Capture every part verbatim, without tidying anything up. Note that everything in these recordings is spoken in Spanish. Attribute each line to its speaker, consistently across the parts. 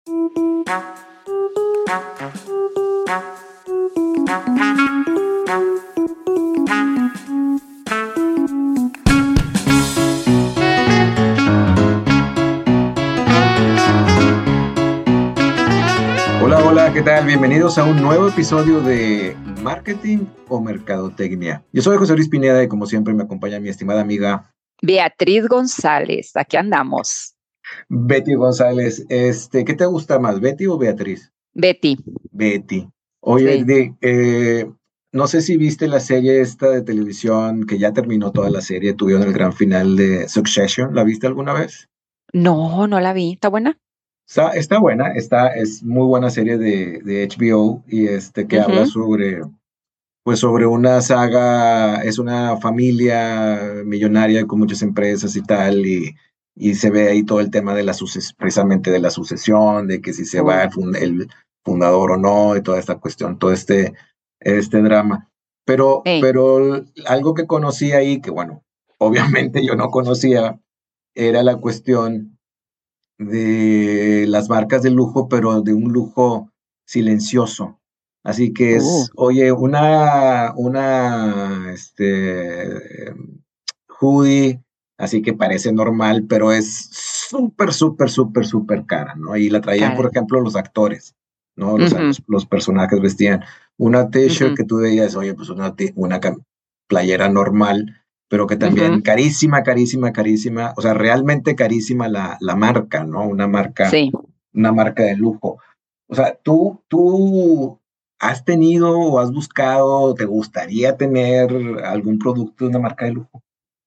Speaker 1: Hola, hola, ¿qué tal? Bienvenidos a un nuevo episodio de Marketing o Mercadotecnia. Yo soy José Luis Pineda y como siempre me acompaña mi estimada amiga
Speaker 2: Beatriz González. Aquí andamos.
Speaker 1: Betty González. Este, ¿qué te gusta más, Betty o Beatriz?
Speaker 2: Betty.
Speaker 1: Betty. Oye,
Speaker 2: Sí.
Speaker 1: de, eh, no sé si viste la serie esta de televisión, que ya terminó toda la serie, tuvieron el gran final de Succession. ¿La viste alguna vez?
Speaker 2: No, no la vi. ¿Está buena?
Speaker 1: Está, está buena, está, es muy buena serie de, de H B O y este que habla
Speaker 2: Ujú.
Speaker 1: sobre, pues sobre una saga, es una familia millonaria con muchas empresas y tal, y, y se ve ahí todo el tema de la suces, precisamente de la sucesión, de que si se va
Speaker 2: Uh,
Speaker 1: el, fund- el fundador o no, y toda esta cuestión, todo este, este drama. Pero,
Speaker 2: eh.
Speaker 1: pero algo que conocí ahí, que bueno, obviamente yo no conocía, era la cuestión de las marcas de lujo, pero de un lujo silencioso. Así que
Speaker 2: Uh,
Speaker 1: es, oye, una, una, este, hoodie, así que parece normal, pero es súper, súper, súper, súper cara, ¿no? Y la traían, por
Speaker 2: cara.
Speaker 1: ejemplo, los actores, ¿no? Los,
Speaker 2: Ujú,
Speaker 1: los, los personajes vestían una t-shirt
Speaker 2: ujú,
Speaker 1: que tú veías, oye, pues una, t- una cam- playera normal, pero que también
Speaker 2: ujú.
Speaker 1: carísima, carísima, carísima, o sea, realmente carísima la, la marca, ¿no? Una marca,
Speaker 2: Sí.
Speaker 1: una marca de lujo. O sea, tú, tú has tenido o has buscado, te gustaría tener algún producto de una marca de lujo.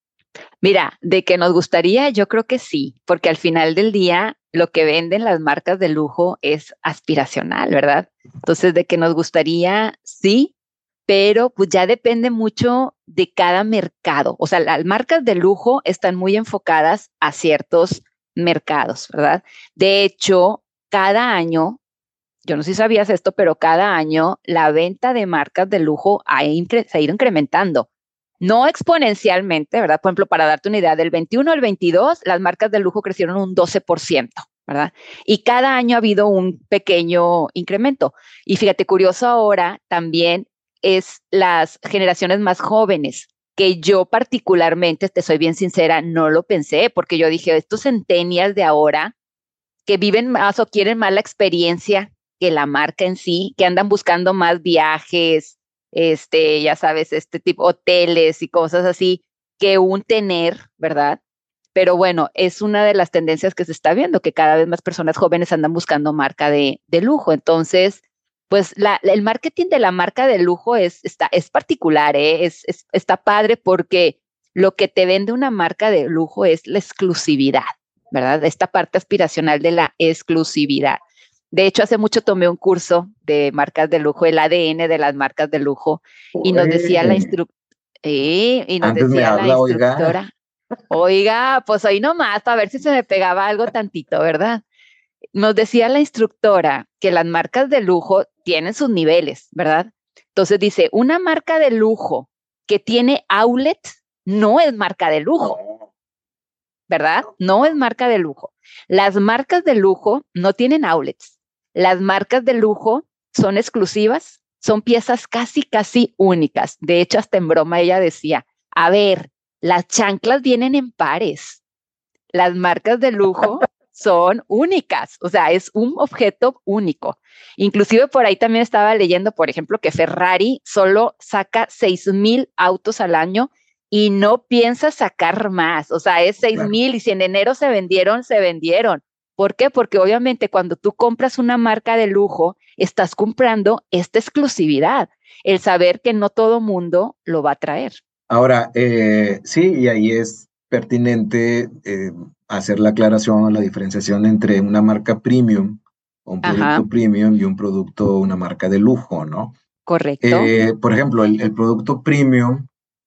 Speaker 2: Mira, de que nos gustaría, yo creo que sí, porque al final del día lo que venden las marcas de lujo es aspiracional, ¿verdad? Entonces, de que nos gustaría, sí, pero pues ya depende mucho de cada mercado. O sea, las marcas de lujo están muy enfocadas a ciertos mercados, ¿verdad? De hecho, cada año, yo no sé si sabías esto, pero cada año la venta de marcas de lujo ha incre- se ha ido incrementando. No exponencialmente, ¿verdad? Por ejemplo, para darte una idea, del veintiuno al veintidós, las marcas de lujo crecieron un doce por ciento, ¿verdad? Y cada año ha habido un pequeño incremento. Y fíjate, curioso ahora también es las generaciones más jóvenes, que yo particularmente, te soy bien sincera, no lo pensé, porque yo dije, estos centennials de ahora que viven más o quieren más la experiencia que la marca en sí, que andan buscando más viajes, este, ya sabes, este tipo, hoteles y cosas así, que un tener, ¿verdad? Pero bueno, es una de las tendencias que se está viendo, que cada vez más personas jóvenes andan buscando marca de, de lujo. Entonces, pues la, el marketing de la marca de lujo es, está, es particular, ¿eh? es, es, está padre porque lo que te vende una marca de lujo es la exclusividad, ¿verdad? Esta parte aspiracional de la exclusividad. De hecho, hace mucho tomé un curso de marcas de lujo, el A D N de las marcas de lujo, y nos decía la
Speaker 1: Ué,
Speaker 2: instru eh, y nos
Speaker 1: antes me
Speaker 2: decía la
Speaker 1: habla, oiga.
Speaker 2: instructora, oiga, pues hoy nomás, para ver si se me pegaba algo tantito, ¿verdad? Nos decía la instructora que las marcas de lujo tienen sus niveles, ¿verdad? Entonces dice, una marca de lujo que tiene outlet no es marca de lujo,
Speaker 1: No,
Speaker 2: ¿verdad? No es marca de lujo. Las marcas de lujo no tienen outlets. Las marcas de lujo son exclusivas, son piezas casi, casi únicas. De hecho, hasta en broma ella decía, a ver, las chanclas vienen en pares. Las marcas de lujo son únicas, o sea, es un objeto único. Inclusive por ahí también estaba leyendo, por ejemplo, que Ferrari solo saca seis mil autos al año y no piensa sacar más, o sea, es seis
Speaker 1: claro.
Speaker 2: mil y si en enero se vendieron, se vendieron. ¿Por qué? Porque obviamente cuando tú compras una marca de lujo, estás comprando esta exclusividad, el saber que no todo mundo lo va a traer.
Speaker 1: Ahora, eh, sí, y ahí es pertinente eh, hacer la aclaración, la diferenciación entre una marca premium, o un
Speaker 2: Ajá,
Speaker 1: producto premium y un producto, una marca de lujo, ¿no?
Speaker 2: correcto.
Speaker 1: Eh, por ejemplo, el, el producto premium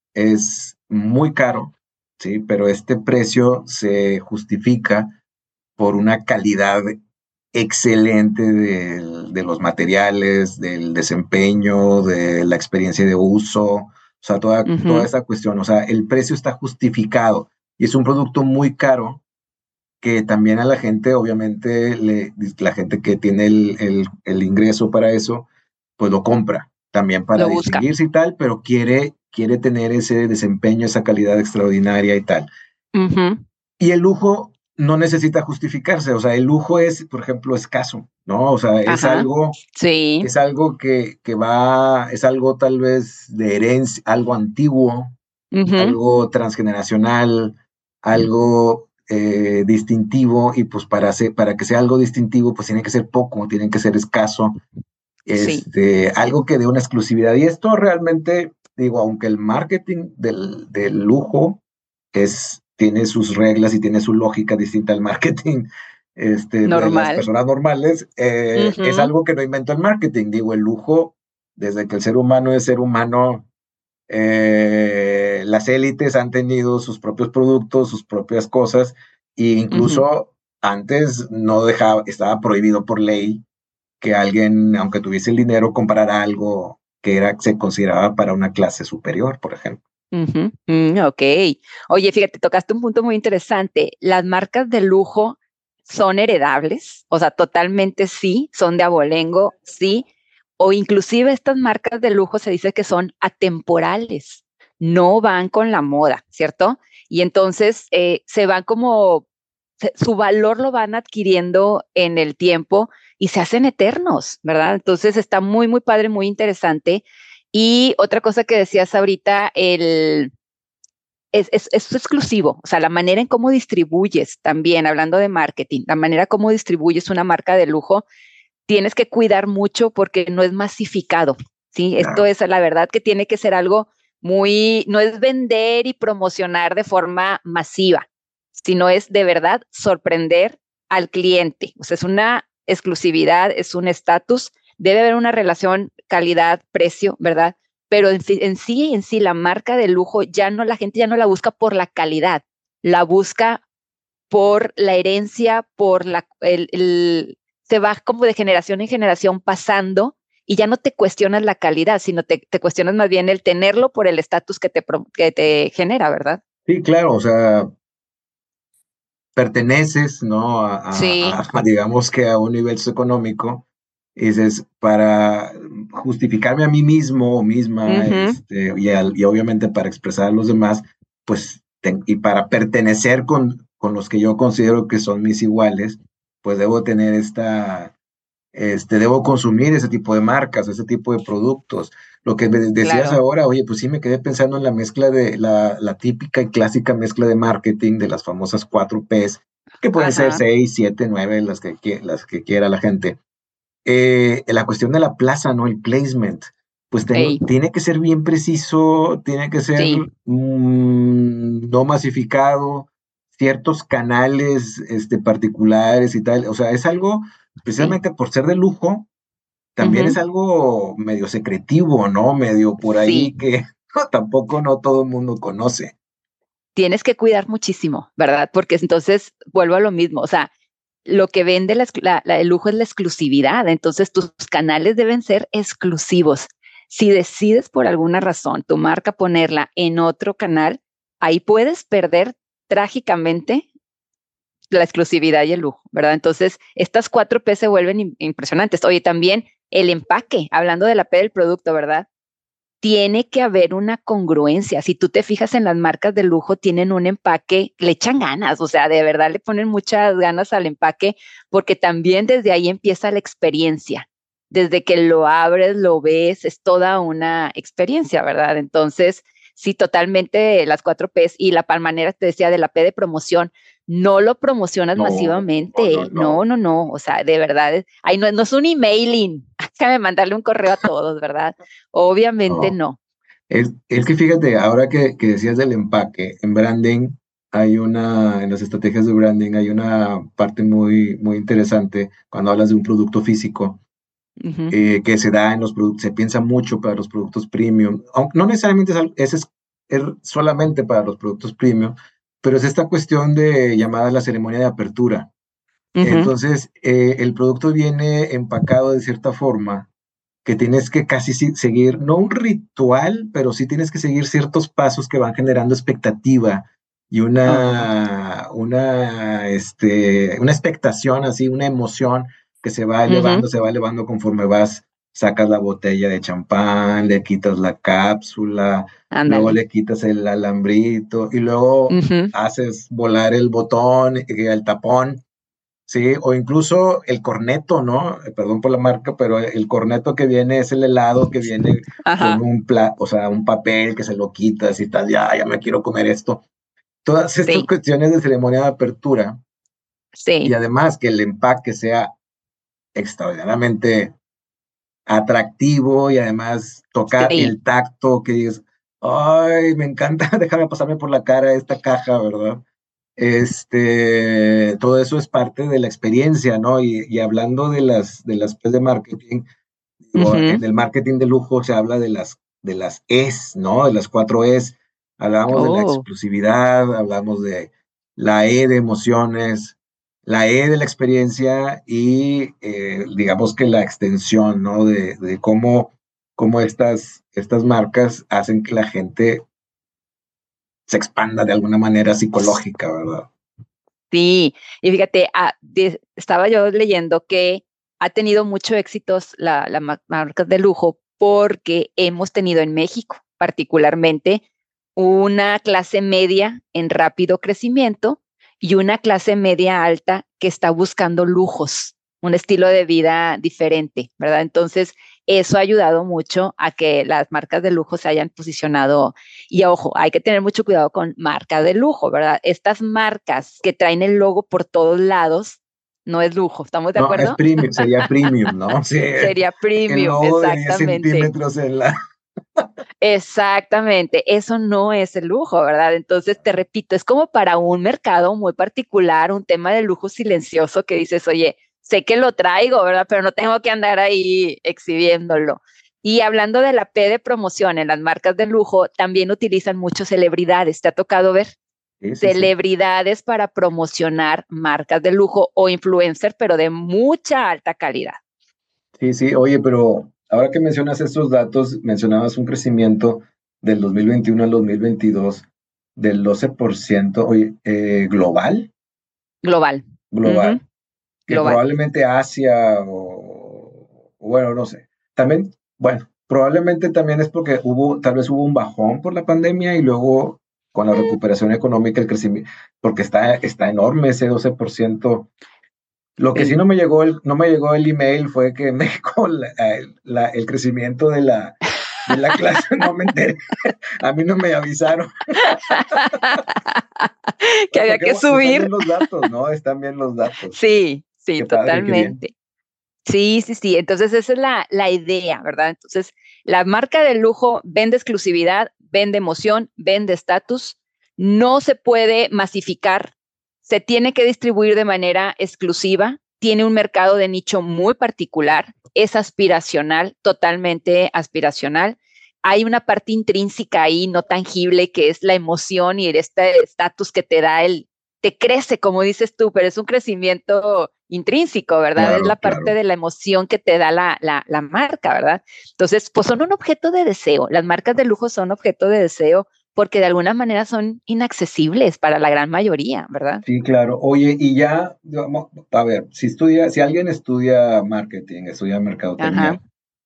Speaker 1: es muy caro, ¿sí? Pero este precio se justifica por una calidad excelente del- de los materiales, del desempeño, de la experiencia de uso, o sea, toda, toda
Speaker 2: Ujú,
Speaker 1: esa cuestión, o sea, el precio está justificado y es un producto muy caro que también a la gente, obviamente, le, la gente que tiene el, el, el ingreso para eso, pues lo compra, también para
Speaker 2: Lo busca.
Speaker 1: distinguirse y tal, pero quiere, quiere tener ese desempeño, esa calidad extraordinaria y tal.
Speaker 2: Ujú.
Speaker 1: Y el lujo no necesita justificarse, o sea, el lujo es, por ejemplo, escaso, ¿no? O sea, es
Speaker 2: Ajá.
Speaker 1: algo,
Speaker 2: Sí.
Speaker 1: es algo que, que va, es algo tal vez de herencia, algo antiguo,
Speaker 2: Ujú.
Speaker 1: algo transgeneracional, algo eh, distintivo, y pues para, hacer, para que sea algo distintivo, pues tiene que ser poco, tiene que ser escaso,
Speaker 2: Sí.
Speaker 1: este, algo que dé una exclusividad. Y esto realmente, digo, aunque el marketing del, del lujo es, tiene sus reglas y tiene su lógica distinta al marketing este, de las
Speaker 2: Normal.
Speaker 1: personas normales, eh, es
Speaker 2: Ujú.
Speaker 1: algo que no inventó el marketing. Digo, el lujo, desde que el ser humano es ser humano, eh, las élites han tenido sus propios productos, sus propias cosas, e
Speaker 2: Ujú.
Speaker 1: incluso antes no dejaba, estaba prohibido por ley que alguien, aunque tuviese el dinero, comprara algo que era, se consideraba para una clase superior, por ejemplo.
Speaker 2: Ujú. Mm, okey. Oye, fíjate, tocaste un punto muy interesante. ¿Las marcas de lujo son heredables? O sea, totalmente sí, son de abolengo, sí, o inclusive estas marcas de lujo se dice que son atemporales, no van con la moda, ¿cierto? Y entonces, eh, se van como se su valor lo van adquiriendo en el tiempo y se hacen eternos, ¿verdad? Entonces, está muy, muy padre, muy interesante. Y otra cosa que decías ahorita, el es es es exclusivo, o sea, la manera en cómo distribuyes también, hablando de marketing, la manera como distribuyes una marca de lujo, tienes que cuidar mucho porque no es masificado, ¿sí? Esto
Speaker 1: Claro.
Speaker 2: es la verdad que tiene que ser algo muy no es vender y promocionar de forma masiva, sino es de verdad sorprender al cliente. O sea, es una exclusividad, es un estatus, debe haber una relación calidad-precio, ¿verdad? Pero en, en sí, en sí, la marca de lujo ya no, la gente ya no la busca por la calidad, la busca por la herencia, por la, el, el, se va como de generación en generación pasando y ya no te cuestionas la calidad, sino te, te cuestionas más bien el tenerlo por el estatus que te, que te genera, ¿verdad?
Speaker 1: Sí, claro, o sea, perteneces, ¿no? A, a,
Speaker 2: Sí.
Speaker 1: a, digamos que a un nivel socioeconómico, y dices, para justificarme a mí mismo o misma,
Speaker 2: Uh-huh.
Speaker 1: este, y, al, y obviamente para expresar a los demás, pues, ten, y para pertenecer con, con los que yo considero que son mis iguales, pues debo tener esta, este, debo consumir ese tipo de marcas, ese tipo de productos. Lo que me decías
Speaker 2: Claro.
Speaker 1: ahora, oye, pues sí me quedé pensando en la mezcla de la, la típica y clásica mezcla de marketing de las famosas cuatro Ps, que pueden ser
Speaker 2: Ajá.
Speaker 1: seis, siete, nueve, las que, las que quiera la gente. Eh, la cuestión de la plaza, ¿no? El placement, pues ten,
Speaker 2: Ey.
Speaker 1: tiene que ser bien preciso, tiene que ser
Speaker 2: Sí.
Speaker 1: mmm, no masificado, ciertos canales este, particulares y tal. O sea, es algo,
Speaker 2: Sí.
Speaker 1: precisamente por ser de lujo, también
Speaker 2: Uh-huh.
Speaker 1: es algo medio secretivo, ¿no? Medio por
Speaker 2: Sí.
Speaker 1: ahí que no, tampoco no todo el mundo conoce.
Speaker 2: Tienes que cuidar muchísimo, ¿verdad? Porque entonces vuelvo a lo mismo, o sea, lo que vende la, la, la, el lujo es la exclusividad, entonces tus canales deben ser exclusivos. Si decides por alguna razón tu marca ponerla en otro canal, ahí puedes perder trágicamente la exclusividad y el lujo, ¿verdad? Entonces, estas cuatro P se vuelven impresionantes. Oye, también el empaque, hablando de la P del producto, ¿verdad? Tiene que haber una congruencia. Si tú te fijas en las marcas de lujo, tienen un empaque, le echan ganas, o sea, de verdad le ponen muchas ganas al empaque, porque también desde ahí empieza la experiencia. Desde que lo abres, lo ves, es toda una experiencia, ¿verdad? Entonces, sí, totalmente las cuatro Ps y la palmanera te decía de la P de promoción, no lo promocionas
Speaker 1: No, no, no,
Speaker 2: masivamente, no,
Speaker 1: no.
Speaker 2: no, no, o sea, de verdad, ahí no, no es un emailing, déjame mandarle un correo a todos, ¿verdad? Obviamente
Speaker 1: no.
Speaker 2: no.
Speaker 1: Es, es que fíjate, ahora que, que decías del empaque, en branding hay una, en las estrategias de branding hay una parte muy, muy interesante cuando hablas de un producto físico,
Speaker 2: Ujú.
Speaker 1: eh, que se da en los productos, se piensa mucho para los productos premium, aunque no necesariamente es, al- es, es- es solamente para los productos premium, pero es esta cuestión de llamada la ceremonia de apertura.
Speaker 2: Ujú.
Speaker 1: Entonces, eh, el producto viene empacado de cierta forma que tienes que casi si- seguir, no un ritual, pero sí tienes que seguir ciertos pasos que van generando expectativa y
Speaker 2: Oh,
Speaker 1: una, una, una, este, una expectación así, una emoción que se va elevando, uh-huh. se va elevando conforme vas, sacas la botella de champán, le quitas la cápsula, Andale. Luego le quitas el alambrito y luego uh-huh. haces volar el botón, el tapón, sí, o incluso el corneto, ¿no? Perdón por la marca, pero el corneto que viene es el helado que viene Ajá. con un pla, o sea, un papel que se lo quitas y tal, ya, ya me quiero comer esto. Todas estas sí. cuestiones de ceremonia de apertura.
Speaker 2: Sí.
Speaker 1: Y además que el empaque sea extraordinariamente atractivo y además tocar sí. el tacto, que digas, ay, me encanta, déjame pasarme por la cara esta caja, ¿verdad? Este, todo eso es parte de la experiencia, ¿no? Y, y hablando de las, de las P de marketing, digo, uh-huh. en el marketing de lujo se habla de las, de las E's, ¿no? De las cuatro E's. Hablamos oh. de la exclusividad, hablamos de la E de emociones, la E de la experiencia y eh, digamos que la extensión, ¿no? De, de cómo, cómo estas, estas marcas hacen que la gente se expanda de alguna manera psicológica, ¿verdad?
Speaker 2: Sí, y fíjate, ah, de, estaba yo leyendo que ha tenido mucho éxito la, la marcas de lujo porque hemos tenido en México particularmente una clase media en rápido crecimiento y una clase media alta que está buscando lujos, un estilo de vida diferente, ¿verdad? Entonces, eso ha ayudado mucho a que las marcas de lujo se hayan posicionado. Y ojo, hay que tener mucho cuidado con marcas de lujo, ¿verdad? Estas marcas que traen el logo por todos lados, no es lujo, ¿estamos de
Speaker 1: no,
Speaker 2: acuerdo?
Speaker 1: Es premium, sería premium, ¿no?
Speaker 2: Sí, sería premium,
Speaker 1: el logo
Speaker 2: exactamente.
Speaker 1: De diez centímetros en la...
Speaker 2: Exactamente, eso no es el lujo, ¿verdad? Entonces, te repito, es como para un mercado muy particular, un tema de lujo silencioso que dices, oye, sé que lo traigo, ¿verdad? Pero no tengo que andar ahí exhibiéndolo. Y hablando de la P de promoción en las marcas de lujo, también utilizan muchas celebridades. ¿Te ha tocado ver?
Speaker 1: Sí, sí,
Speaker 2: celebridades sí. para promocionar marcas de lujo o influencer, pero de mucha alta calidad.
Speaker 1: Sí, sí, oye, pero ahora que mencionas estos datos, mencionabas un crecimiento del dos mil veintiuno al dos mil veintidós del doce por ciento, oye, eh, global.
Speaker 2: Global.
Speaker 1: Global.
Speaker 2: Uh-huh.
Speaker 1: Que
Speaker 2: global.
Speaker 1: probablemente Asia o, o, bueno, no sé. También, bueno, probablemente también es porque hubo, tal vez hubo un bajón por la pandemia y luego con la recuperación económica, el crecimiento, porque está, está enorme ese doce por ciento. Lo que sí. sí no me llegó el, no me llegó el email fue que en México la, la, el crecimiento de la, de la clase no me enteré. A mí no me avisaron.
Speaker 2: que había que subir.
Speaker 1: Están bien los datos, ¿no? Están bien los datos.
Speaker 2: Sí, sí,
Speaker 1: qué
Speaker 2: totalmente. Padre, sí, sí, sí. Entonces esa es la, la idea, ¿verdad? Entonces la marca de lujo vende exclusividad, vende emoción, vende estatus. No se puede masificar. Se tiene que distribuir de manera exclusiva, tiene un mercado de nicho muy particular, es aspiracional, totalmente aspiracional. Hay una parte intrínseca ahí, no tangible, que es la emoción y este estatus que te da el, te crece, como dices tú, pero es un crecimiento intrínseco, ¿verdad?
Speaker 1: Claro,
Speaker 2: es la parte
Speaker 1: claro.
Speaker 2: de la emoción que te da la, la, la marca, ¿verdad? Entonces, pues son un objeto de deseo. Las marcas de lujo son objeto de deseo porque de alguna manera son inaccesibles para la gran mayoría, ¿verdad?
Speaker 1: Sí, claro. Oye, y ya, a ver, si estudia, si alguien estudia marketing, estudia mercadotecnia,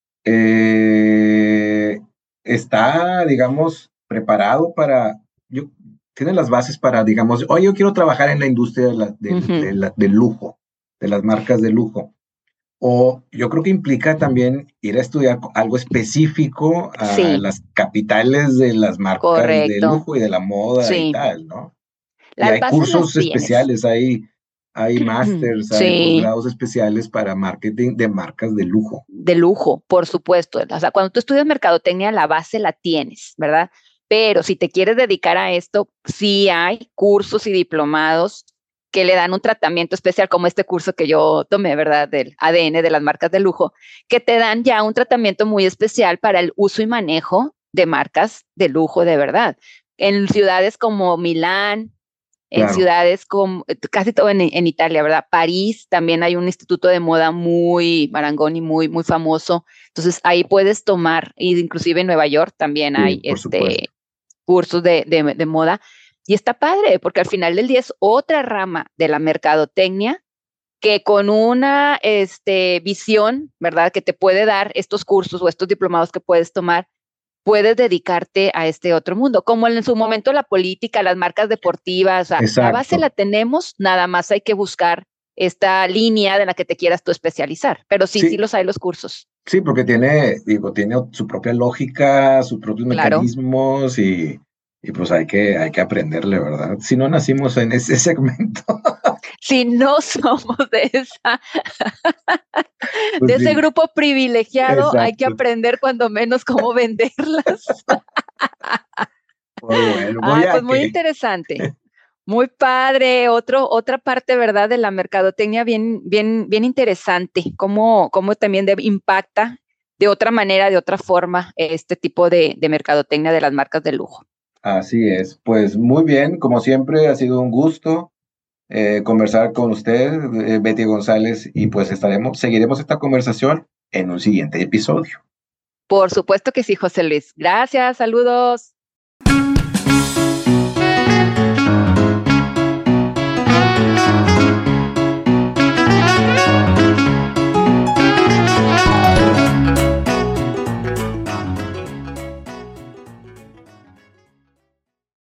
Speaker 1: eh, está, digamos, preparado para, yo, tiene las bases para, digamos, oye, yo quiero trabajar en la industria de la, de, uh-huh. de la, del lujo, de las marcas de lujo. O yo creo que implica también ir a estudiar algo específico a
Speaker 2: sí.
Speaker 1: las capitales de las marcas
Speaker 2: Correcto.
Speaker 1: de lujo y de la moda
Speaker 2: sí.
Speaker 1: y tal, ¿no?
Speaker 2: Las
Speaker 1: y hay
Speaker 2: bases
Speaker 1: cursos
Speaker 2: las
Speaker 1: especiales, hay, hay másters,
Speaker 2: sí.
Speaker 1: hay posgrados especiales para marketing de marcas de lujo.
Speaker 2: De lujo, por supuesto. O sea, cuando tú estudias mercadotecnia, la base la tienes, ¿verdad? Pero si te quieres dedicar a esto, sí hay cursos y diplomados que le dan un tratamiento especial, como este curso que yo tomé, ¿verdad? Del A D N de las marcas de lujo, que te dan ya un tratamiento muy especial para el uso y manejo de marcas de lujo de verdad. En ciudades como Milán, en claro. ciudades como, casi todo en, en Italia, ¿verdad? París, también hay un instituto de moda muy, Marangoni, muy, muy famoso. Entonces, ahí puedes tomar, inclusive en Nueva York también hay
Speaker 1: sí,
Speaker 2: este, cursos de, de, de moda. Y está padre, porque al final del día es otra rama de la mercadotecnia que con una este, visión, ¿verdad? Que te puede dar estos cursos o estos diplomados que puedes tomar, puedes dedicarte a este otro mundo, como en su momento la política, las marcas deportivas, o sea, la base
Speaker 1: Exacto.
Speaker 2: la tenemos, nada más hay que buscar esta línea de la que te quieras tú especializar, pero sí, sí
Speaker 1: Sí,
Speaker 2: los hay los cursos.
Speaker 1: sí, porque tiene, digo, tiene su propia lógica, sus propios
Speaker 2: Claro.
Speaker 1: mecanismos y, y pues hay que, hay que aprenderle, ¿verdad? Si no nacimos en ese segmento,
Speaker 2: Si no somos de esa,
Speaker 1: pues
Speaker 2: de ese
Speaker 1: sí,
Speaker 2: grupo privilegiado, hay que
Speaker 1: exacto.
Speaker 2: aprender cuando menos cómo venderlas.
Speaker 1: Pues bueno, voy
Speaker 2: Ay,
Speaker 1: a
Speaker 2: pues muy
Speaker 1: que,
Speaker 2: interesante. Muy padre, otro, otra parte, ¿verdad? De la mercadotecnia bien, bien, bien interesante, cómo, cómo también de, impacta de otra manera, de otra forma, este tipo de, de mercadotecnia de las marcas de lujo.
Speaker 1: así es. Pues muy bien, como siempre, ha sido un gusto eh, conversar con usted, eh, Betty González, y pues estaremos, seguiremos esta conversación en un siguiente episodio.
Speaker 2: Por supuesto que sí, José Luis. Gracias, saludos.